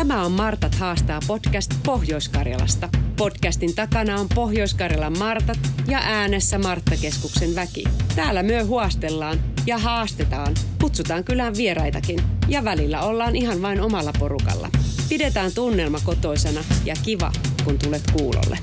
Tämä on Martat haastaa podcast Pohjois-Karjalasta. Podcastin takana on Pohjois-Karjalan Martat ja äänessä Marttakeskuksen väki. Täällä myö huostellaan ja haastetaan, kutsutaan kylään vieraitakin ja välillä ollaan ihan vain omalla porukalla. Pidetään tunnelma kotoisana ja kiva, kun tulet kuulolle.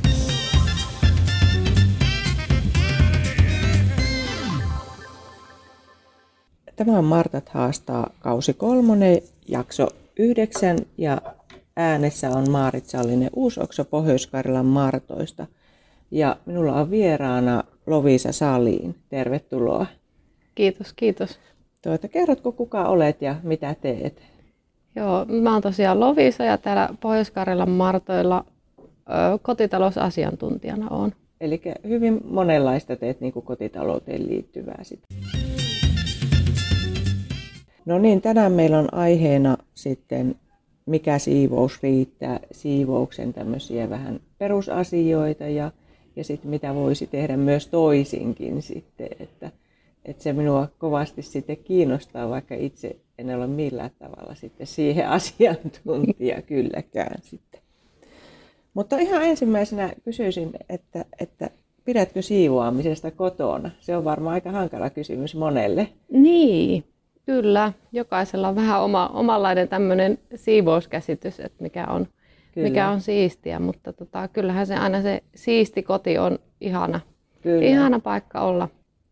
Tämä on Martat haastaa kausi 3, jakso 9 ja äänessä on Maarit Sallinen Uusokso Pohjois-Karjalan Martoista. Ja minulla on vieraana Loviisa Salin. Tervetuloa. Kiitos, kiitos. Kerrotko kuka olet ja mitä teet? Joo, mä oon tosiaan Loviisa ja täällä Pohjois-Karjalan Martoilla kotitalousasiantuntijana oon. Eli hyvin monenlaista teet niin kuin kotitalouteen liittyvää sitten. No niin, tänään meillä on aiheena sitten, mikä siivous riittää, siivouksen tämmöisiä vähän perusasioita ja sitten mitä voisi tehdä myös toisinkin sitten, että se minua kovasti sitten kiinnostaa, vaikka itse en ole millään tavalla sitten siihen asiantuntija kylläkään sitten. Mutta ihan ensimmäisenä kysyisin, että pidätkö siivoamisesta kotona? Se on varmaan aika hankala kysymys monelle. Niin. Kyllä, jokaisella on vähän omanlainen tämmöinen siivouskäsitys, että mikä on siistiä, mutta kyllähän se aina se siisti koti on ihana paikka olla.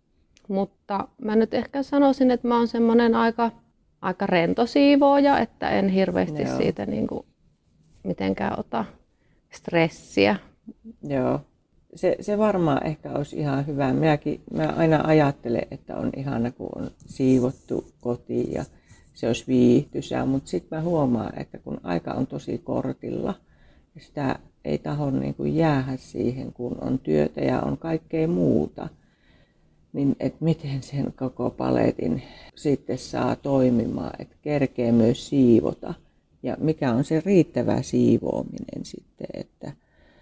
Mutta mä nyt ehkä sanoisin, että mä oon semmoinen aika rento siivooja, että en hirveästi siitä niin kuin mitenkään ota stressiä. Joo. Se varmaan ehkä olisi ihan hyvä. Mä aina ajattelen, että on ihana, kun on siivottu koti ja se olisi viihtyisää, mutta sitten mä huomaan, että kun aika on tosi kortilla ja sitä ei taho niin kuin jäädä siihen, kun on työtä ja on kaikkea muuta, niin että miten sen koko paletin sitten saa toimimaan, että kerkee myös siivota ja mikä on se riittävä siivoaminen sitten, että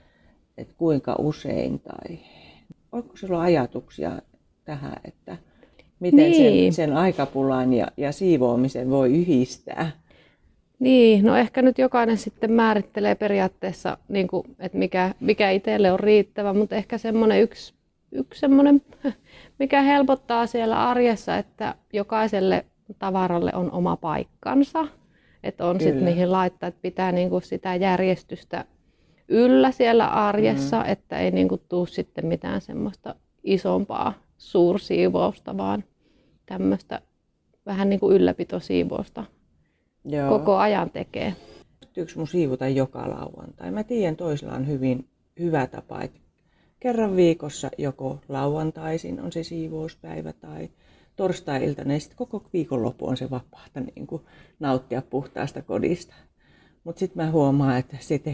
kuinka usein tai onko sinulla ajatuksia tähän, että miten sen aikapulan ja siivoamisen voi yhdistää? Niin, no ehkä nyt jokainen sitten määrittelee periaatteessa, niin kuin, että mikä itselle on riittävä, mutta ehkä semmoinen yksi semmoinen, mikä helpottaa siellä arjessa, että jokaiselle tavaralle on oma paikkansa, että on sitten mihin laittaa, että pitää niin kuin sitä järjestystä yllä siellä arjessa, että ei niinku tule sitten mitään semmoista isompaa suursiivousta, vaan tämmöistä vähän niin kuin ylläpitosiivousta koko ajan tekee. Yksi mun siivota joka lauantai. Mä tiedän, toisella on hyvin hyvä tapa, että kerran viikossa joko lauantaisin on se siivouspäivä tai torstai-iltana ja sitten koko viikonloppu on se vapaata niin kuin nauttia puhtaasta kodista. Mutta sitten mä huomaan, että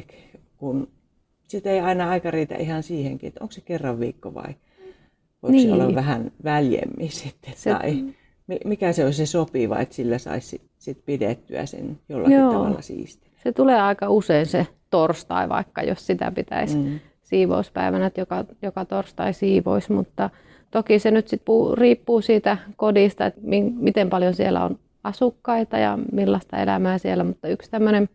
kun sitä ei aina aika riitä ihan siihenkin, että onko se kerran viikko vai voiko se olla vähän väljemmin sitten, tai mikä se olisi se sopiva, että sillä saisi sit pidettyä sen jollakin tavalla siistiä. Se tulee aika usein se torstai, vaikka jos sitä pitäisi siivouspäivänä, että joka torstai siivoisi, mutta toki se nyt sit riippuu siitä kodista, että miten paljon siellä on asukkaita ja millaista elämää siellä, mutta yksi tämmöinen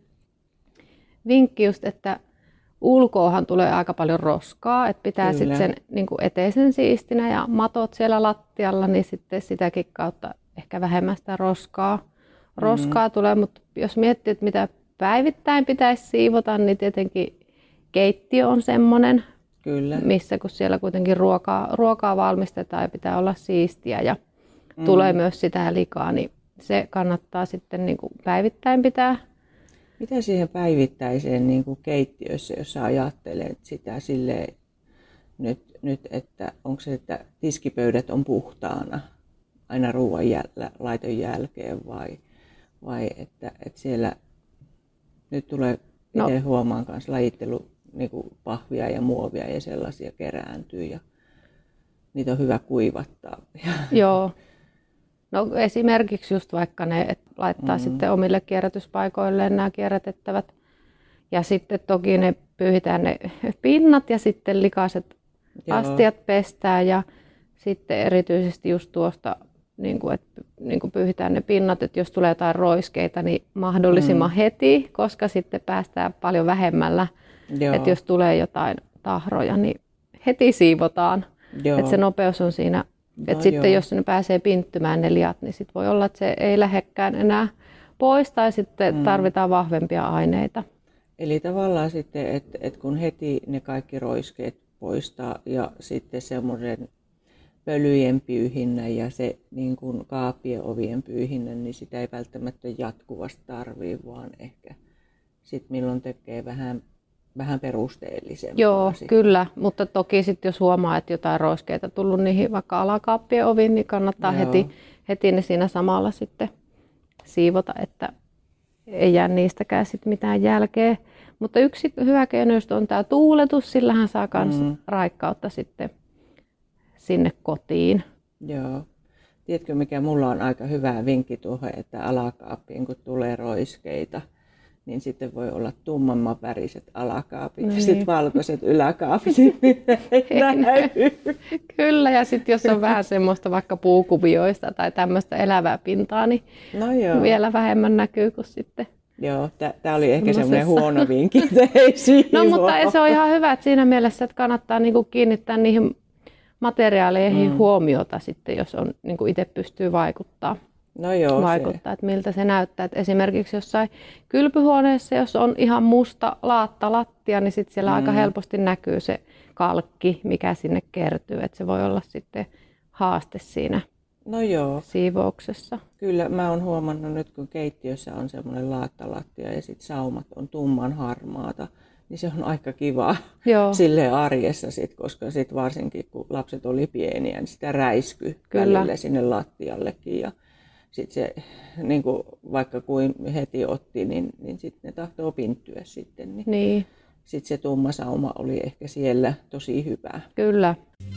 vinkki just, että ulkoahan tulee aika paljon roskaa, että pitää sitten sen niin kuin eteisen siistinä ja matot siellä lattialla, niin sitten sitäkin kautta ehkä vähemmän sitä roskaa tulee, mutta jos miettii, että mitä päivittäin pitäisi siivota, niin tietenkin keittiö on semmoinen, missä kun siellä kuitenkin ruokaa valmistetaan ja pitää olla siistiä ja tulee myös sitä likaa, niin se kannattaa sitten niin kuin päivittäin pitää. Mitä siihen päivittäiseen niin kuin keittiössä, jos sä ajattelet sitä silleen nyt, että onko se, että tiskipöydät on puhtaana aina ruoan laiton jälkeen vai että siellä nyt tulee itse huomaan kanssa lajittelu niin kuin pahvia ja muovia ja sellaisia kerääntyy ja niitä on hyvä kuivattaa. Joo. No esimerkiksi just vaikka ne, että laittaa sitten omille kierrätyspaikoilleen nämä kierrätettävät. Ja sitten toki ne pyyhitään ne pinnat ja sitten likaiset astiat pestään. Ja sitten erityisesti just tuosta niin kuin pyyhitään ne pinnat, että jos tulee jotain roiskeita, niin mahdollisimman heti, koska sitten päästään paljon vähemmällä. Että jos tulee jotain tahroja, niin heti siivotaan. Että se nopeus on siinä. Että sitten jos ne pääsee pinttymään ne liat, niin sitten voi olla, että se ei lähdekään enää pois tai sitten tarvitaan vahvempia aineita. Eli tavallaan sitten, että kun heti ne kaikki roiskeet poistaa ja sitten semmoisen pölyjen pyyhinnän ja se niin kuin kaapien ovien pyyhinnän, niin sitä ei välttämättä jatkuvasti tarvitse, vaan ehkä sitten milloin tekee vähän perusteellisempaa. Joo, sitten. Kyllä, mutta toki sitten jos huomaa, että jotain roiskeita tullut niihin vaikka alakaappien oviin, niin kannattaa heti ne siinä samalla sitten siivota, että ei jää niistäkään sit mitään jälkeä. Mutta yksi hyvä keino on tämä tuuletus, sillähän saa myös raikkautta sitten sinne kotiin. Joo. Tiedätkö mikä mulla on aika hyvä vinkki tuohon, että alakaappiin kun tulee roiskeita, niin sitten voi olla tummamman väriset alakaapit ja sitten valkoiset yläkaapit. Kyllä, ja sitten jos on vähän semmoista vaikka puukuvioista tai tämmöistä elävää pintaa, niin vielä vähemmän näkyy kuin sitten. Joo, tämä oli ehkä semmoinen huono vinkki, että ei siivoo. No mutta se on ihan hyvä, että siinä mielessä, että kannattaa niinku kiinnittää niihin materiaaleihin huomiota sitten, jos on, niinku itse pystyy vaikuttaa, että miltä se näyttää. Et esimerkiksi jossain kylpyhuoneessa, jos on ihan musta lattia, niin sitten siellä aika helposti näkyy se kalkki, mikä sinne kertyy. Et se voi olla sitten haaste siinä siivouksessa. Kyllä, mä oon huomannut nyt, kun keittiössä on semmoinen laattolattia ja sitten saumat on tumman harmaata, niin se on aika kiva silleen arjessa, koska sit varsinkin kun lapset oli pieniä, niin sitä räiskyi välillä sinne lattiallekin. Ja sitten se, niin kuin vaikka kuin heti otti, niin sitten ne tahtoo pinttyä sitten. Niin. Sitten se tumma sauma oli ehkä siellä tosi hyvä. Kyllä.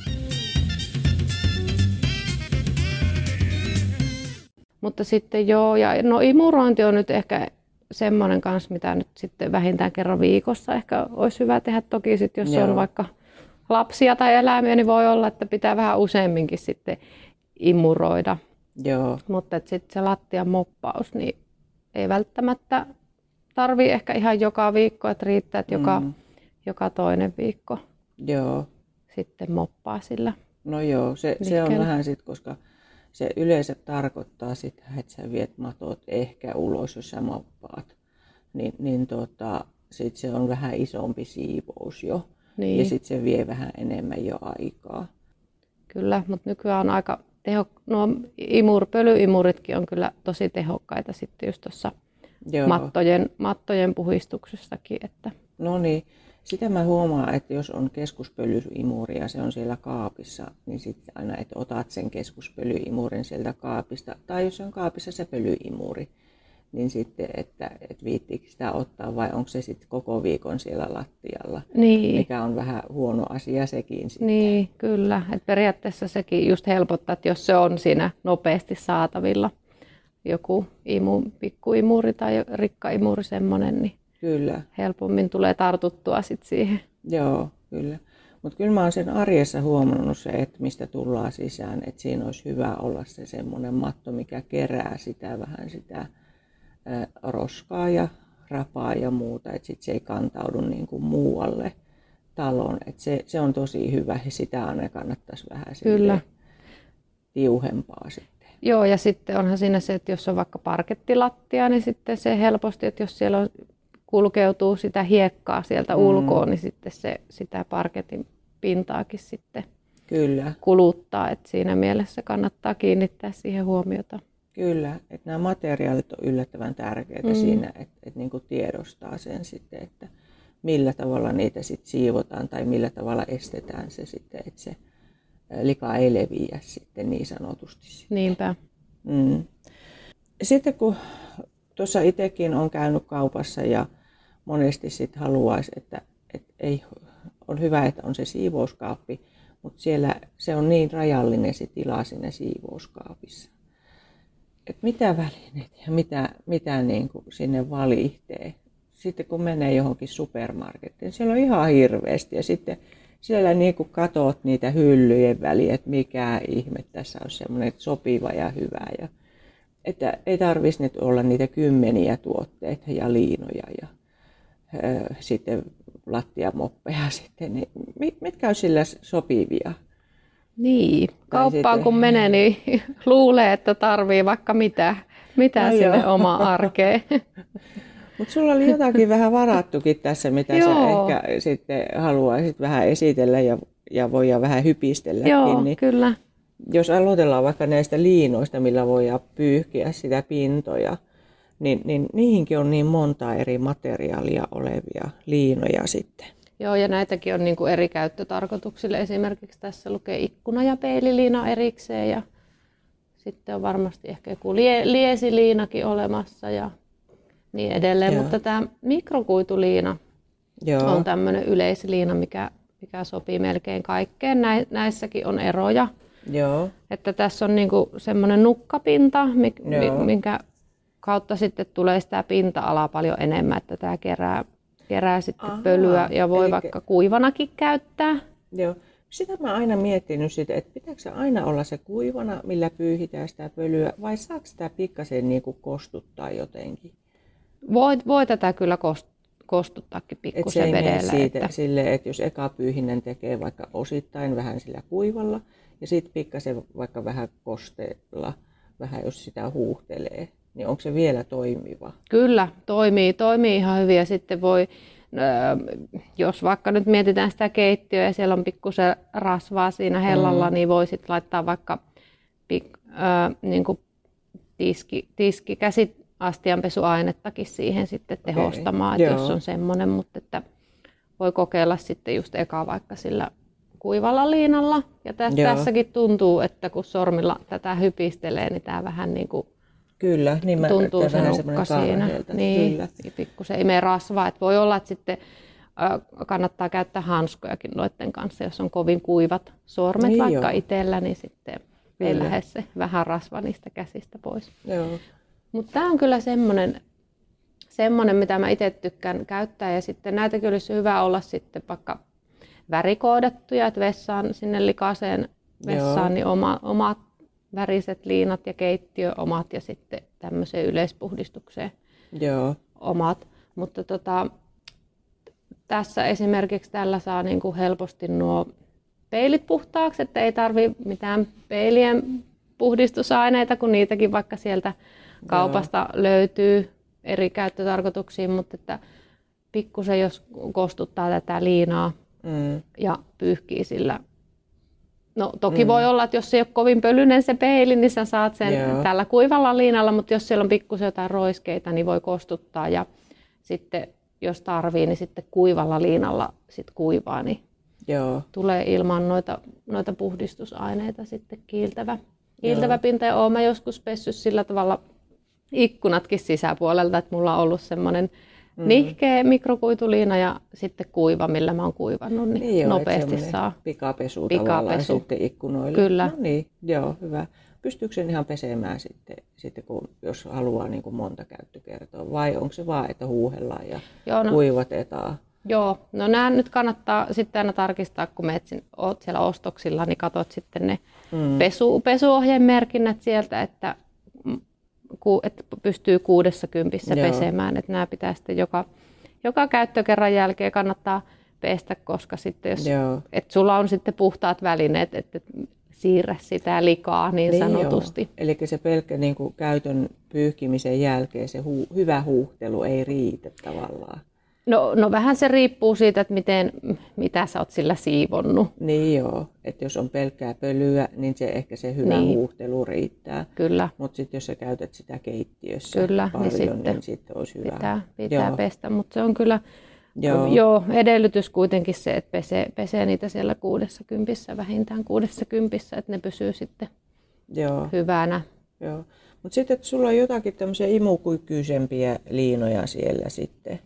Mutta sitten imurointi on nyt ehkä semmoinen kanssa, mitä nyt sitten vähintään kerran viikossa ehkä olisi hyvä tehdä. Toki sitten, jos on vaikka lapsia tai eläimiä, niin voi olla, että pitää vähän useamminkin sitten imuroida. Joo. Mutta sitten se lattian moppaus, niin ei välttämättä tarvii ehkä ihan joka viikko, että riittää, että joka toinen viikko sitten moppaa sillä. No joo, se on vähän sitten, koska se yleensä tarkoittaa sitä, että sä viet matot ehkä ulos, jos sä moppaat. Niin sit se on vähän isompi siivous jo. Niin. Ja sitten se vie vähän enemmän jo aikaa. Kyllä, mutta nykyään on aika pölyimuritkin on kyllä tosi tehokkaita sitten just tuossa mattojen puhistuksessakin. Että. No niin, sitä mä huomaan, että jos on keskuspölyimuri ja se on siellä kaapissa, niin sitten aina, että otat sen keskuspölyimurin sieltä kaapista. Tai jos on kaapissa se pölyimuri, niin sitten, että viittiikö sitä ottaa vai onko se sitten koko viikon siellä lattialla, mikä on vähän huono asia sekin sitten. Niin, kyllä. Et periaatteessa sekin just helpottaa, että jos se on siinä nopeasti saatavilla, joku pikkuimuri tai rikkaimuri semmoinen, niin kyllä. Helpommin tulee tartuttua sitten siihen. Joo, kyllä. Mutta kyllä mä oon sen arjessa huomannut se, että mistä tullaan sisään, että siinä olisi hyvä olla se semmoinen matto, mikä kerää vähän sitä roskaa ja rapaa ja muuta, että sitten se ei kantaudu niin kuin muualle taloon. Että se on tosi hyvä ja sitä aina kannattaisi vähän tiuhempaa sitten. Joo, ja sitten onhan siinä se, että jos on vaikka parkettilattia, niin sitten se helposti, että jos siellä kulkeutuu sitä hiekkaa sieltä ulkoa, niin sitten sitä parketin pintaakin sitten kuluttaa. Että siinä mielessä kannattaa kiinnittää siihen huomiota. Kyllä, että nämä materiaalit on yllättävän tärkeitä siinä, että niin kuin tiedostaa sen sitten, että millä tavalla niitä sitten siivotaan tai millä tavalla estetään se sitten, että se lika ei leviä sitten niin sanotusti. Niinpä. Sitten kun tuossa itsekin on käynyt kaupassa ja monesti sitten haluaisi, että on hyvä, että on se siivouskaappi, mutta siellä se on niin rajallinen se tila siinä siivouskaapissa. Että mitä välineitä ja mitä niin kuin sinne valihtee. Sitten kun menee johonkin supermarkettiin, siellä on ihan hirveästi ja sitten siellä niin kuin katot niitä hyllyjen väliä, että mikä ihme tässä on semmoinen sopiva ja hyvä. Ja, että ei tarvitsisi nyt olla niitä kymmeniä tuotteita ja liinoja ja sitten lattiamoppeja sitten. Niin, mitkä on sillä sopivia? Niin, kauppaan kun menee, niin luulee, että tarvii vaikka mitä no sinne omaan arkeen. Mutta sulla oli jotakin vähän varattukin tässä, mitä sä ehkä sitten haluaisit vähän esitellä ja voidaan vähän hypistelläkin. Joo, niin kyllä. Jos aloitellaan vaikka näistä liinoista, millä voidaan pyyhkiä sitä pintoja, niin niihinkin on niin monta eri materiaalia olevia liinoja sitten. Joo, ja näitäkin on niin kuin eri käyttötarkoituksille. Esimerkiksi tässä lukee ikkuna- ja peililiina erikseen ja sitten on varmasti ehkä joku liesiliinakin olemassa ja niin edelleen. Joo. Mutta tämä mikrokuituliina on tämmöinen yleisliina, mikä sopii melkein kaikkeen. Näissäkin on eroja. Joo. Että tässä on niinku semmoinen nukkapinta, minkä kautta sitten tulee sitä pinta-alaa paljon enemmän, että tämä kerää sitten pölyä ja voi vaikka kuivanakin käyttää. Joo. Sitä mä aina miettinyt, että pitääkö aina olla se kuivana, millä pyyhitään sitä pölyä, vai saako sitä pikkasen niinku kostuttaa jotenkin? Voi tätä kyllä kostuttaakin pikkusen vedellä. Siitä silleen, että jos eka pyyhinnän tekee vaikka osittain vähän sillä kuivalla, ja sitten pikkasen vaikka vähän kosteella, vähän jos sitä huuhtelee, niin onko se vielä toimiva? Kyllä, toimii ihan hyvin ja sitten voi, jos vaikka nyt mietitään sitä keittiöä ja siellä on pikkusen rasvaa siinä hellalla, niin voi sitten laittaa vaikka niin kuin käsiastianpesuainettakin siihen sitten tehostamaan, että jos on semmoinen, mutta että voi kokeilla sitten just eka vaikka sillä kuivalla liinalla. Ja tässäkin tuntuu, että kun sormilla tätä hypistelee, niin tämä vähän niin kuin tuntuu se nukka siinä. Niin, pikkusen imee rasvaa. Että voi olla, että sitten kannattaa käyttää hanskojakin noiden kanssa, jos on kovin kuivat sormet niin vaikka itsellä, niin sitten ei lähde se vähän rasva niistä käsistä pois. Mutta tämä on kyllä semmoinen, mitä mä itse tykkään käyttää. Ja sitten näitäkin olisi hyvä olla sitten vaikka värikoodattuja, että vessaan, sinne likaiseen vessaan niin omat väriset liinat ja keittiö omat ja sitten tämmöiseen yleispuhdistukseen omat. Mutta tässä esimerkiksi tällä saa niinku helposti nuo peilit puhtaaksi, että ei tarvitse mitään peilien puhdistusaineita, kun niitäkin vaikka sieltä kaupasta löytyy eri käyttötarkoituksiin, mutta että pikkusen jos kostuttaa tätä liinaa ja pyyhkii sillä. No toki voi olla, että jos ei ole kovin pölyinen se peili, niin sä saat sen tällä kuivalla liinalla, mutta jos siellä on pikkusen jotain roiskeita, niin voi kostuttaa ja sitten jos tarvii, niin sitten kuivalla liinalla sit kuivaa, niin tulee ilman noita puhdistusaineita sitten kiiltävä pinta. Ja olen mä joskus pessyt sillä tavalla ikkunatkin sisäpuolelta, että mulla on ollut semmoinen nihkeä mikrokuituliina ja sitten kuiva, millä mä oon kuivannut, niin nopeasti saa. Pikapesu tavallaan sitten ikkunoille. Kyllä. No niin, hyvä. Pystyykö sen ihan pesemään sitten jos haluaa niin kuin monta käyttökertaa, vai onko se vaan, että huuhellaan ja kuivatetaan? Joo, no nämä nyt kannattaa sitten aina tarkistaa, kun oot siellä ostoksilla, niin katsot sitten ne pesuohjemerkinnät sieltä, että pystyy 60 pesemään. Että nämä pitää sitten joka käyttökerran jälkeen kannattaa pestä, koska sitten jos sulla on sitten puhtaat välineet, että siirrä sitä likaa niin sanotusti. Eli se pelkkä niin kuin käytön pyyhkimisen jälkeen se hyvä huuhtelu ei riitä tavallaan. No vähän se riippuu siitä, että mitä sä oot sillä siivonnut. Niin joo, että jos on pelkkää pölyä, niin se hyvä huuhtelu riittää. Kyllä. Mutta sitten jos sä käytät sitä keittiössä paljon, niin sitten olisi hyvä. Pitää pestä, mutta se on kyllä edellytys kuitenkin se, että pesee niitä siellä 60, vähintään 60, että ne pysyy sitten hyvänä. Joo. Mutta sitten, että sulla on jotakin tämmöisiä imukykyisempiä liinoja siellä sitten.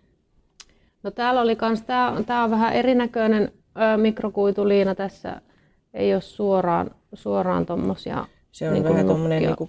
No täällä oli kans, tää on vähän erinäköinen mikrokuituliina, tässä ei ole suoraan tommosia. Se on niin vähän tommonen niinku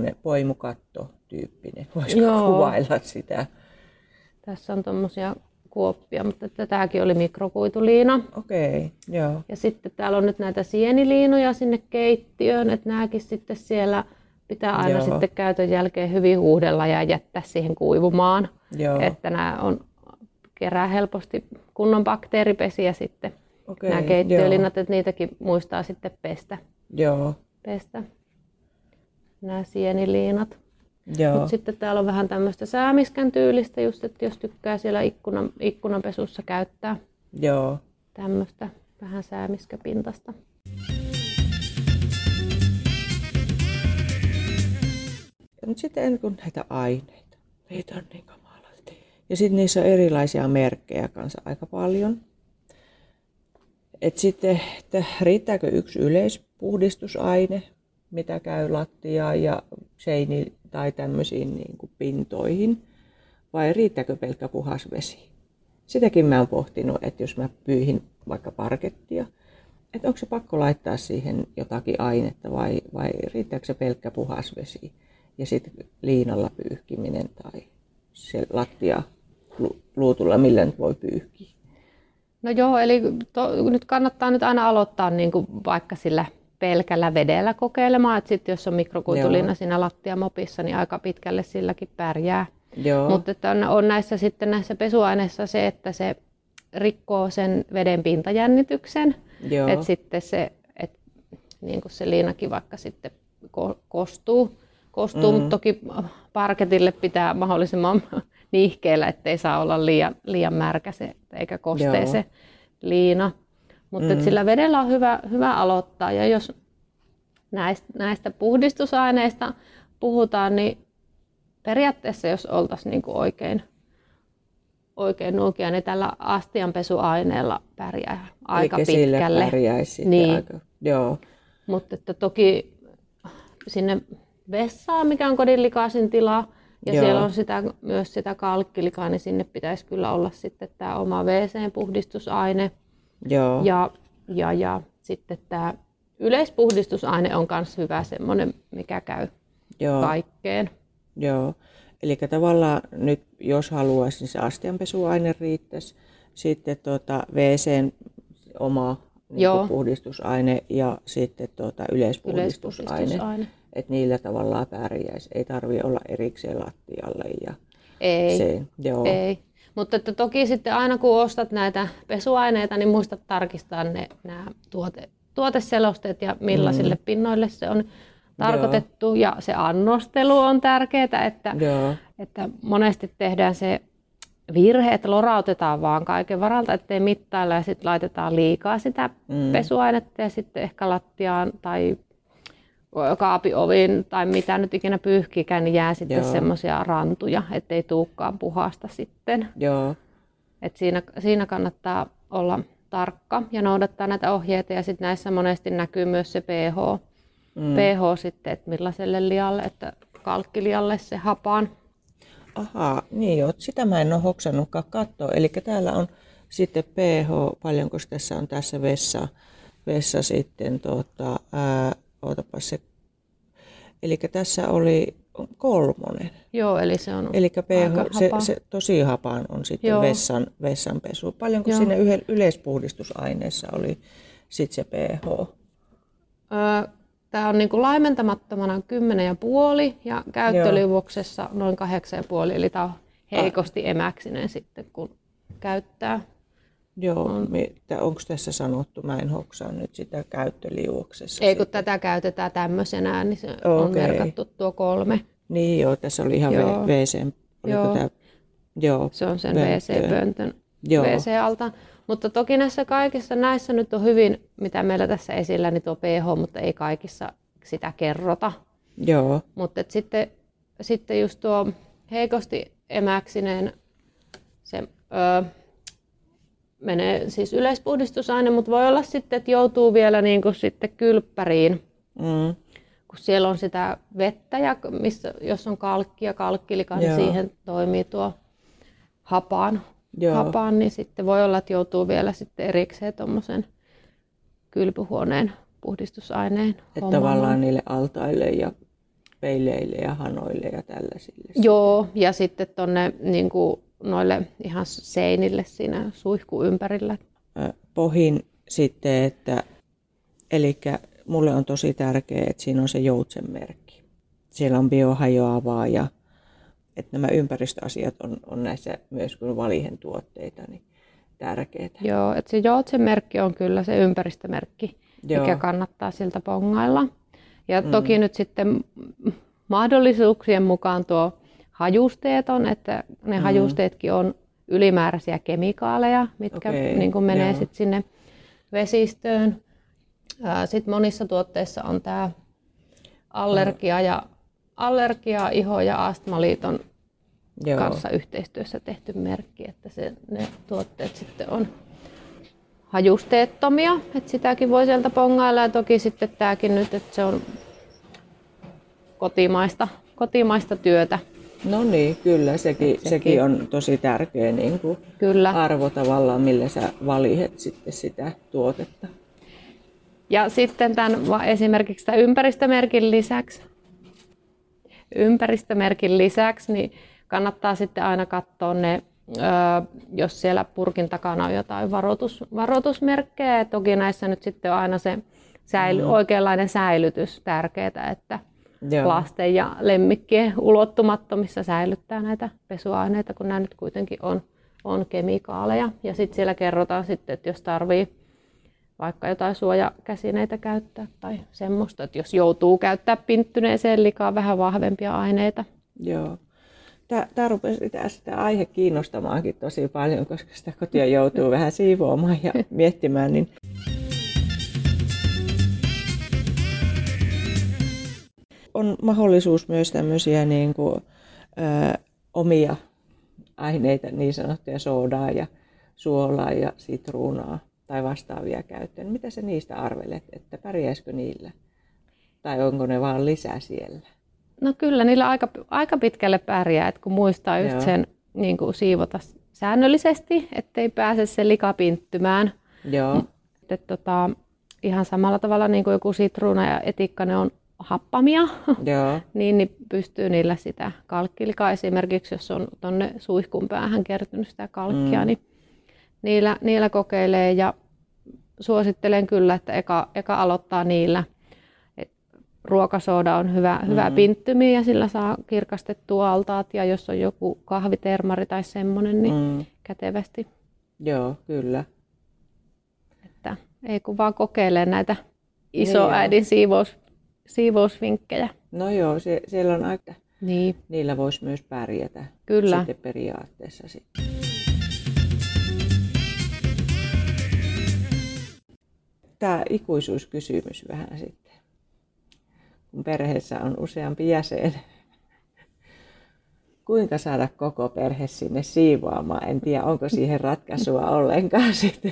poimukatto tyyppinen, voisiko kuvailla sitä? Tässä on tommosia kuoppia, mutta tämäkin oli mikrokuituliina. Okei, joo. Ja sitten täällä on nyt näitä sieniliinoja sinne keittiöön, että nämäkin sitten siellä pitää aina sitten käytön jälkeen hyvin huuhdella ja jättää siihen kuivumaan. Joo. Että nämä kerää helposti kunnon bakteeripesiä sitten. Nämä keittiöliinat, että niitäkin muistaa sitten pestä. Joo. Nämä sieniliinat. Mutta sitten täällä on vähän tämmöistä säämiskän tyylistä, just, että jos tykkää siellä ikkunanpesussa käyttää tämmöistä vähän säämiskäpintasta. Mutta sitten kun näitä aineita, niitä on niin kamalasti. Ja sitten niissä on erilaisia merkkejä kanssa aika paljon. Et sitten, että riittääkö yksi yleispuhdistusaine, mitä käy lattiaan ja seiniin tai tämmöisiin niin kuin pintoihin, vai riittääkö pelkkä puhas vesi? Sitäkin mä oon pohtinut, että jos mä pyyhin vaikka parkettia, että onko se pakko laittaa siihen jotakin ainetta vai riittääkö se pelkkä puhas vesi? Ja sitten liinalla pyyhkiminen tai se lattia luutulla, millä nyt voi pyyhkiä. No joo, eli nyt kannattaa nyt aina aloittaa niin kuin vaikka sillä pelkällä vedellä kokeilemaan, että sitten jos on mikrokuituliina siinä lattiamopissa, niin aika pitkälle silläkin pärjää. Mutta on näissä pesuaineissa se, että se rikkoo sen veden pintajännityksen, että sitten niin kuin se liinakin vaikka sitten kostuu, mutta toki parketille pitää mahdollisimman nihkeellä, ettei saa olla liian märkä se eikä kostee se liina. Mutta sillä vedellä on hyvä aloittaa, ja jos näistä puhdistusaineista puhutaan, niin periaatteessa jos oltaisiin niinku oikein nuukia, niin tällä astianpesuaineella pärjää aika pitkälle. Eli pärjäisi niin. aika, joo. Mutta että toki sinne vessaan, mikä on kodin likaisin tila, ja siellä on myös sitä kalkkilikaa, niin sinne pitäisi kyllä olla sitten tämä oma WC-puhdistusaine. Joo. Ja sitten tämä yleispuhdistusaine on myös hyvä semmoinen, mikä käy kaikkeen. Joo. Eli tavallaan nyt jos haluaisi, niin se astianpesuaine riittäisi. Sitten WC:n oma puhdistusaine ja sitten yleispuhdistusaine. Että niillä tavallaan pärjäisi. Ei tarvitse olla erikseen lattialle. Ja ei. Mutta että toki sitten aina kun ostat näitä pesuaineita, niin muista tarkistaa nämä tuoteselosteet ja millaisille pinnoille se on tarkoitettu. Ja se annostelu on tärkeää, että monesti tehdään se virhe, että lorautetaan vaan kaiken varalta, ettei mittailla ja sitten laitetaan liikaa sitä pesuainetta ja sitten ehkä lattiaan tai kaapioviin tai mitä nyt ikinä pyyhkikään, niin jää sitten semmoisia rantuja, ettei tulekaan puhasta sitten. Et siinä kannattaa olla tarkka ja noudattaa näitä ohjeita, ja sitten näissä monesti näkyy myös se pH sitten, että millaiselle lialle, että kalkkilialle se hapaan. Ahaa, niin joo, sitä mä en ole hoksannutkaan katsoa. Eli täällä on sitten pH, paljonko tässä on tässä vessa sitten, ootapas se, eli tässä oli 3. Joo, eli se on eli pH, se tosi hapaan on sitten vessanpesu. Paljonko siinä yleispuhdistusaineessa oli sitten se pH? Tämä on niin kuin laimentamattomana 10,5 ja käyttöliuoksessa noin 8,5, eli tämä on heikosti emäksinen sitten kun käyttää. Joo, onko tässä sanottu, mä en hoksaa nyt sitä käyttöliuoksessa. Ei, kun tätä käytetään tämmöisenään, niin se on merkattu tuo 3. Niin joo, tässä oli ihan WC. Se on sen WC-pöntön WC-alta. Mutta toki näissä nyt on hyvin, mitä meillä tässä esillä, niin tuo pH, mutta ei kaikissa sitä kerrota. Joo. Mutta sitten just tuo heikosti emäksinen, se menee siis yleispuhdistusaine, mutta voi olla sitten, että joutuu vielä niin kuin sitten kylppäriin, kun siellä on sitä vettä, ja jos on kalkki ja kalkkilika, niin siihen toimii tuo hapaan, niin sitten voi olla, että joutuu vielä sitten erikseen tuommoisen kylpyhuoneen puhdistusaineen että tavallaan niille altaille ja peileille ja hanoille ja tällaisille. Joo, ja sitten tuonne niin kuin noille ihan seinille siinä suihku ympärillä. Pohin sitten, että eli mulle on tosi tärkeää, että siinä on se joutsenmerkki. Siellä on biohajoavaa ja että nämä ympäristöasiat on näissä myös kun valihen tuotteita niin tärkeitä. Joo, että se joutsenmerkki on kyllä se ympäristömerkki, mikä kannattaa siltä pongailla. Ja toki nyt sitten mahdollisuuksien mukaan tuo hajusteet on, että ne hajusteetkin on ylimääräisiä kemikaaleja, mitkä niin kuin menee sit sinne vesistöön. Sitten monissa tuotteissa on tämä allergia, iho- ja astmaliiton kanssa yhteistyössä tehty merkki, että ne tuotteet sitten on hajusteettomia, että sitäkin voi sieltä pongailla. Ja toki sitten tämäkin nyt, että se on kotimaista työtä. No niin, kyllä. Sekin on tosi tärkeä niin kuin arvo tavallaan, millä sä valihet sitten sitä tuotetta. Ja sitten esimerkiksi tämän ympäristömerkin lisäksi niin kannattaa sitten aina katsoa ne, jos siellä purkin takana on jotain varoitusmerkkejä. Ja toki näissä nyt sitten on aina se oikeanlainen säilytys tärkeää, että lasten ja lemmikkien ulottumattomissa säilyttää näitä pesuaineita, kun nämä nyt kuitenkin on kemikaaleja. Ja sitten siellä kerrotaan sitten, että jos tarvii vaikka jotain suojakäsineitä käyttää tai semmoista, että jos joutuu käyttää pinttyneeseen likaan vähän vahvempia aineita. Joo. Tämä rupesi sitä aihe kiinnostamaankin tosi paljon, koska sitä kotia joutuu vähän siivoamaan ja miettimään. Niin on mahdollisuus myös tämmöisiä niin kuin, omia aineita, niin sanottuja soodaa ja suolaa ja sitruunaa tai vastaavia käyttöön. Mitä sä niistä arvelet, että pärjäisikö niillä? Tai onko ne vaan lisää siellä? No kyllä, niillä aika pitkälle pärjää, että kun muistaa just sen niin kuin siivota säännöllisesti, ettei pääse se lika pinttymään. Joo. Ihan samalla tavalla niin kuin joku sitruuna ja etikka, ne on happamia, niin pystyy niillä sitä kalkkilikaa esimerkiksi, jos on tuonne suihkun päähän kertynyt sitä kalkkia, niin niillä kokeilee ja suosittelen kyllä, että eka aloittaa niillä. Ruokasooda on hyvä pinttymiä ja sillä saa kirkastettua altaat ja jos on joku kahvitermari tai semmoinen, niin kätevästi. Joo, kyllä. Että ei kun vaan kokeilee näitä isoäidin siivousvinkkejä. No joo, siellä on aika. Niin. Niillä voisi myös pärjätä. Kyllä. Sitten periaatteessa sitten. Tämä ikuisuuskysymys vähän sitten. Kun perheessä on useampi jäsen, kuinka saada koko perhe sinne siivoamaan? En tiedä, onko siihen ratkaisua ollenkaan sitten.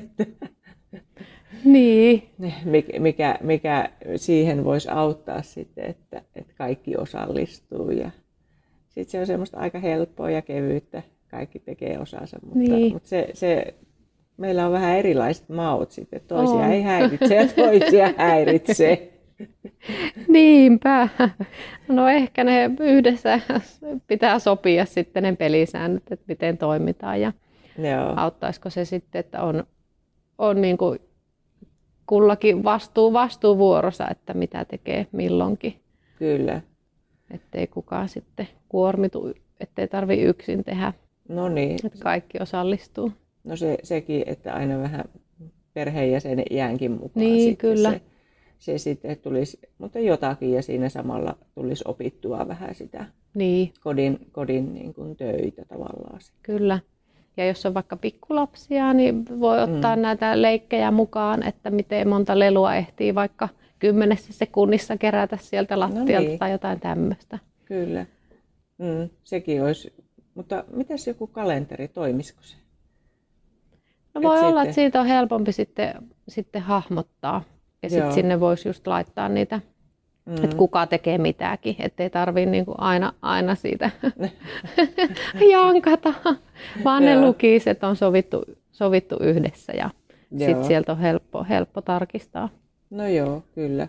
Niin. Mikä siihen voisi auttaa sitten, että kaikki osallistuu. Ja sitten se on semmoista aika helppoa ja kevyyttä. Kaikki tekee osansa, mutta meillä on vähän erilaiset maut sitten. Toisia ei häiritse ja toisia häiritsee. Niinpä. No ehkä ne yhdessä pitää sopia sitten ne pelisäännöt, että miten toimitaan ja auttaisiko se sitten, että on niin kuin kullakin vastuuvuorossa, että mitä tekee milloinkin. Kyllä. Ettei kukaan sitten kuormitu, ettei tarvitse yksin tehdä. No niin. Että kaikki osallistuu. No sekin, että aina vähän perheenjäsenen iänkin mukaan. Niin, kyllä. Se sitten tulisi, mutta jotakin ja siinä samalla tulisi opittua vähän sitä kodin niin kuin töitä tavallaan. Kyllä. Ja jos on vaikka pikkulapsia, niin voi ottaa näitä leikkejä mukaan, että miten monta lelua ehtii vaikka 10 sekunnissa kerätä sieltä lattialta tai jotain tämmöistä. Kyllä. Sekin olisi. Mutta mitäs joku kalenteri, toimisiko se? No voi olla, että siitä on helpompi sitten hahmottaa. Ja sitten sinne voisi just laittaa niitä, että kuka tekee mitäkin, ettei tarvitse niinku aina siitä jankata, vaan ne lukisi, että on sovittu yhdessä ja sitten sieltä on helppo tarkistaa. No joo, kyllä.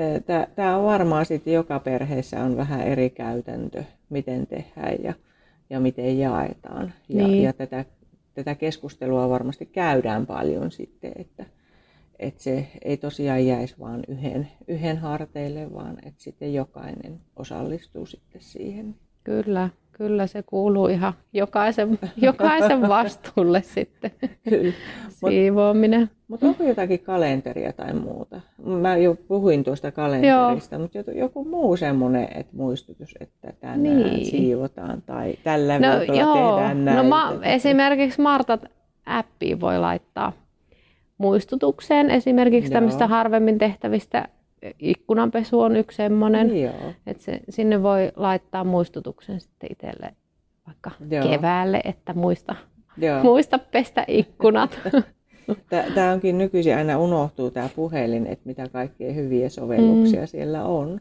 Tämä on varmaan sitten joka perheessä on vähän eri käytäntö, miten tehdään ja miten jaetaan. Ja tätä keskustelua varmasti käydään paljon sitten, että se ei tosiaan jäisi vaan yhden harteille, vaan että sitten jokainen osallistuu sitten siihen. Kyllä se kuuluu ihan jokaisen vastuulle sitten, Kyllä. siivoaminen. Mutta onko jotakin kalenteria tai muuta? Mä jo puhuin tuosta kalenterista, mutta joku muu semmoinen muistutus, että tänään siivotaan tai tällä viikolla tehdään näin. Esimerkiksi Martat-appiin voi laittaa muistutukseen esimerkiksi tämmöistä harvemmin tehtävistä. Ikkunanpesu on yksi semmoinen, että sinne voi laittaa muistutuksen sitten itselle vaikka keväälle, että muista pestä ikkunat. Tämä onkin nykyisin aina unohtuu tämä puhelin, että mitä kaikkea hyviä sovelluksia siellä on.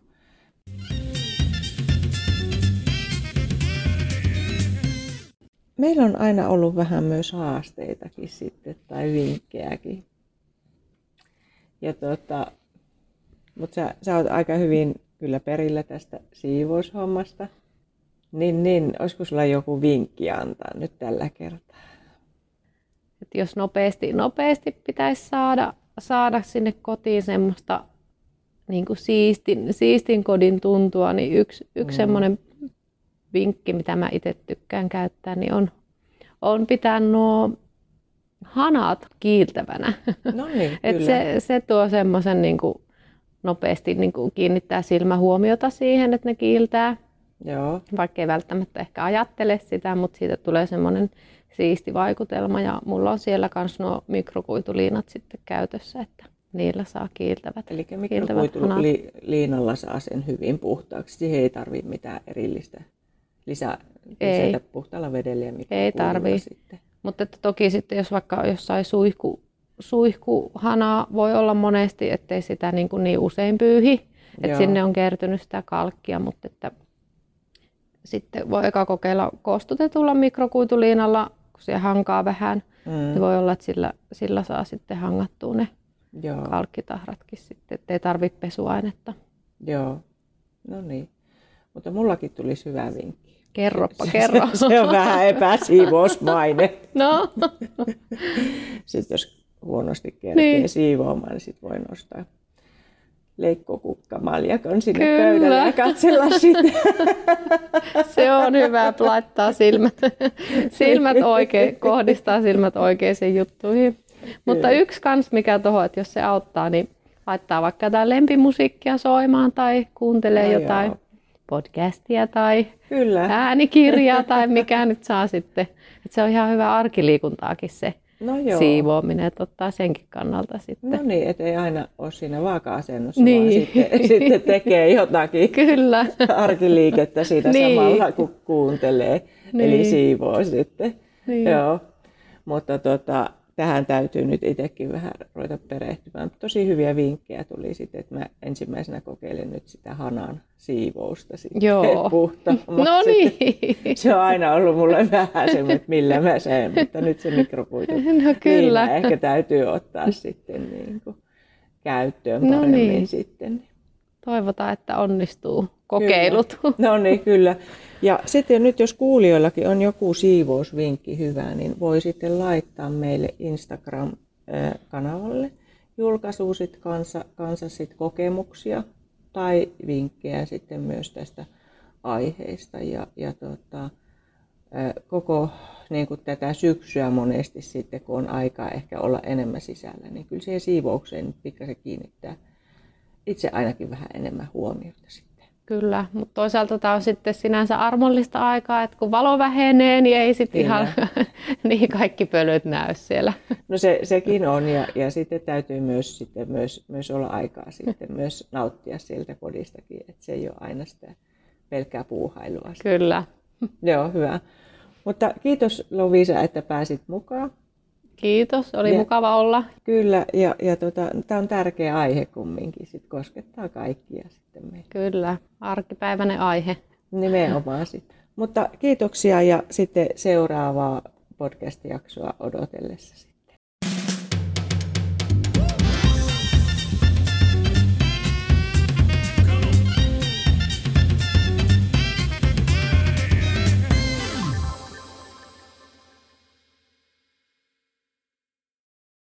Meillä on aina ollut vähän myös haasteitakin sitten tai vinkkejäkin. Ja mutta sä oot aika hyvin kyllä perillä tästä siivoushommasta. Niin, olisiko sulla joku vinkki antaa nyt tällä kertaa? Et jos nopeasti pitäisi saada sinne kotiin semmoista niin kuin siistin kodin tuntua, niin yksi semmoinen vinkki, mitä mä itse tykkään käyttää, niin on pitää nuo hanat kiiltävänä. No niin, se tuo semmoisen niin kuin nopeasti niin kuin kiinnittää silmähuomiota siihen, että ne kiiltää. Joo. Vaikka ei välttämättä ehkä ajattele sitä, mutta siitä tulee semmoinen siisti vaikutelma. Ja mulla on siellä myös nuo mikrokuituliinat sitten käytössä, että niillä saa kiiltävät. Eli mikrokuituliinalla saa sen hyvin puhtaaksi. Siihen ei tarvitse mitään erillistä lisätä puhtaalla vedellä ja mikrokuitulla. Ei tarvitse. Mutta toki sitten jos vaikka jossain suihkuhanaa voi olla monesti, ettei sitä niin usein pyyhi. Että sinne on kertynyt sitä kalkkia, mutta että sitten voi eka kokeilla kostutetulla mikrokuituliinalla, kun se hankaa vähän. Niin voi olla, että sillä saa sitten hangattua ne kalkkitahratkin sitten, ettei tarvitse pesuainetta. Joo, no niin. Mutta mullakin tulisi hyvä vinkki. Kerro. Se on vähän epäsiivousmainen. No. Sitten jos huonosti kerkee siivoamaan, niin sitten voi nostaa leikkokukkamaljakon sinne pöydälle ja katsella sitä. Se on hyvä, laittaa silmät oikein, kohdistaa silmät oikeisiin juttuihin. Mutta yksi kans mikä tuohon, että jos se auttaa, niin laittaa vaikka jotain lempimusiikkia soimaan tai kuuntelee jotain podcastia tai äänikirjaa tai mikä nyt saa sitten. Että se on ihan hyvä arkiliikuntaakin se siivoaminen, että ottaa senkin kannalta sitten. No niin, ettei aina ole siinä vaaka-asennossa, vaan sitten tekee jotakin arkiliikettä siitä samalla, kun kuuntelee. Eli siivoo sitten. Joo. Mutta tähän täytyy nyt itsekin vähän ruveta perehtymään. Tosi hyviä vinkkejä tuli sitten, että mä ensimmäisenä kokeilen nyt sitä hanan siivousta sitten puhtaammaksi. No niin. Se on aina ollut mulle vähän semmoinen, että millä mä sen, mutta nyt se mikrokuitu kyllä. Ehkä täytyy ottaa sitten niin kuin käyttöön paremmin sitten. Toivotaan, että onnistuu kokeilut. Kyllä. No niin, kyllä. Ja sitten nyt jos kuulijoillakin on joku siivousvinkki hyvä, niin voi sitten laittaa meille Instagram-kanavalle julkaisua kanssa sit kokemuksia tai vinkkejä sitten myös tästä aiheesta. Ja koko niin kuin tätä syksyä monesti sitten, kun on aikaa ehkä olla enemmän sisällä, niin kyllä siihen siivoukseen pikkasen kiinnittää itse ainakin vähän enemmän huomiota sitten. Kyllä, mutta toisaalta tämä on sitten sinänsä armollista aikaa, että kun valo vähenee, niin ei sitten ihan niin kaikki pölyt näy siellä. No sekin on ja sitten täytyy myös olla aikaa sitten myös nauttia sieltä kodistakin, että se ei ole aina sitä pelkkää puuhailua. Kyllä. Joo, hyvä. Mutta kiitos Loviisa, että pääsit mukaan. Kiitos, oli mukava olla. Kyllä, ja tämä on tärkeä aihe kumminkin, sit koskettaa kaikkia sitten meitä. Kyllä, arkipäiväinen aihe. Nimenomaan sitten. Mutta kiitoksia ja sitten seuraavaa podcast-jaksoa odotellessa.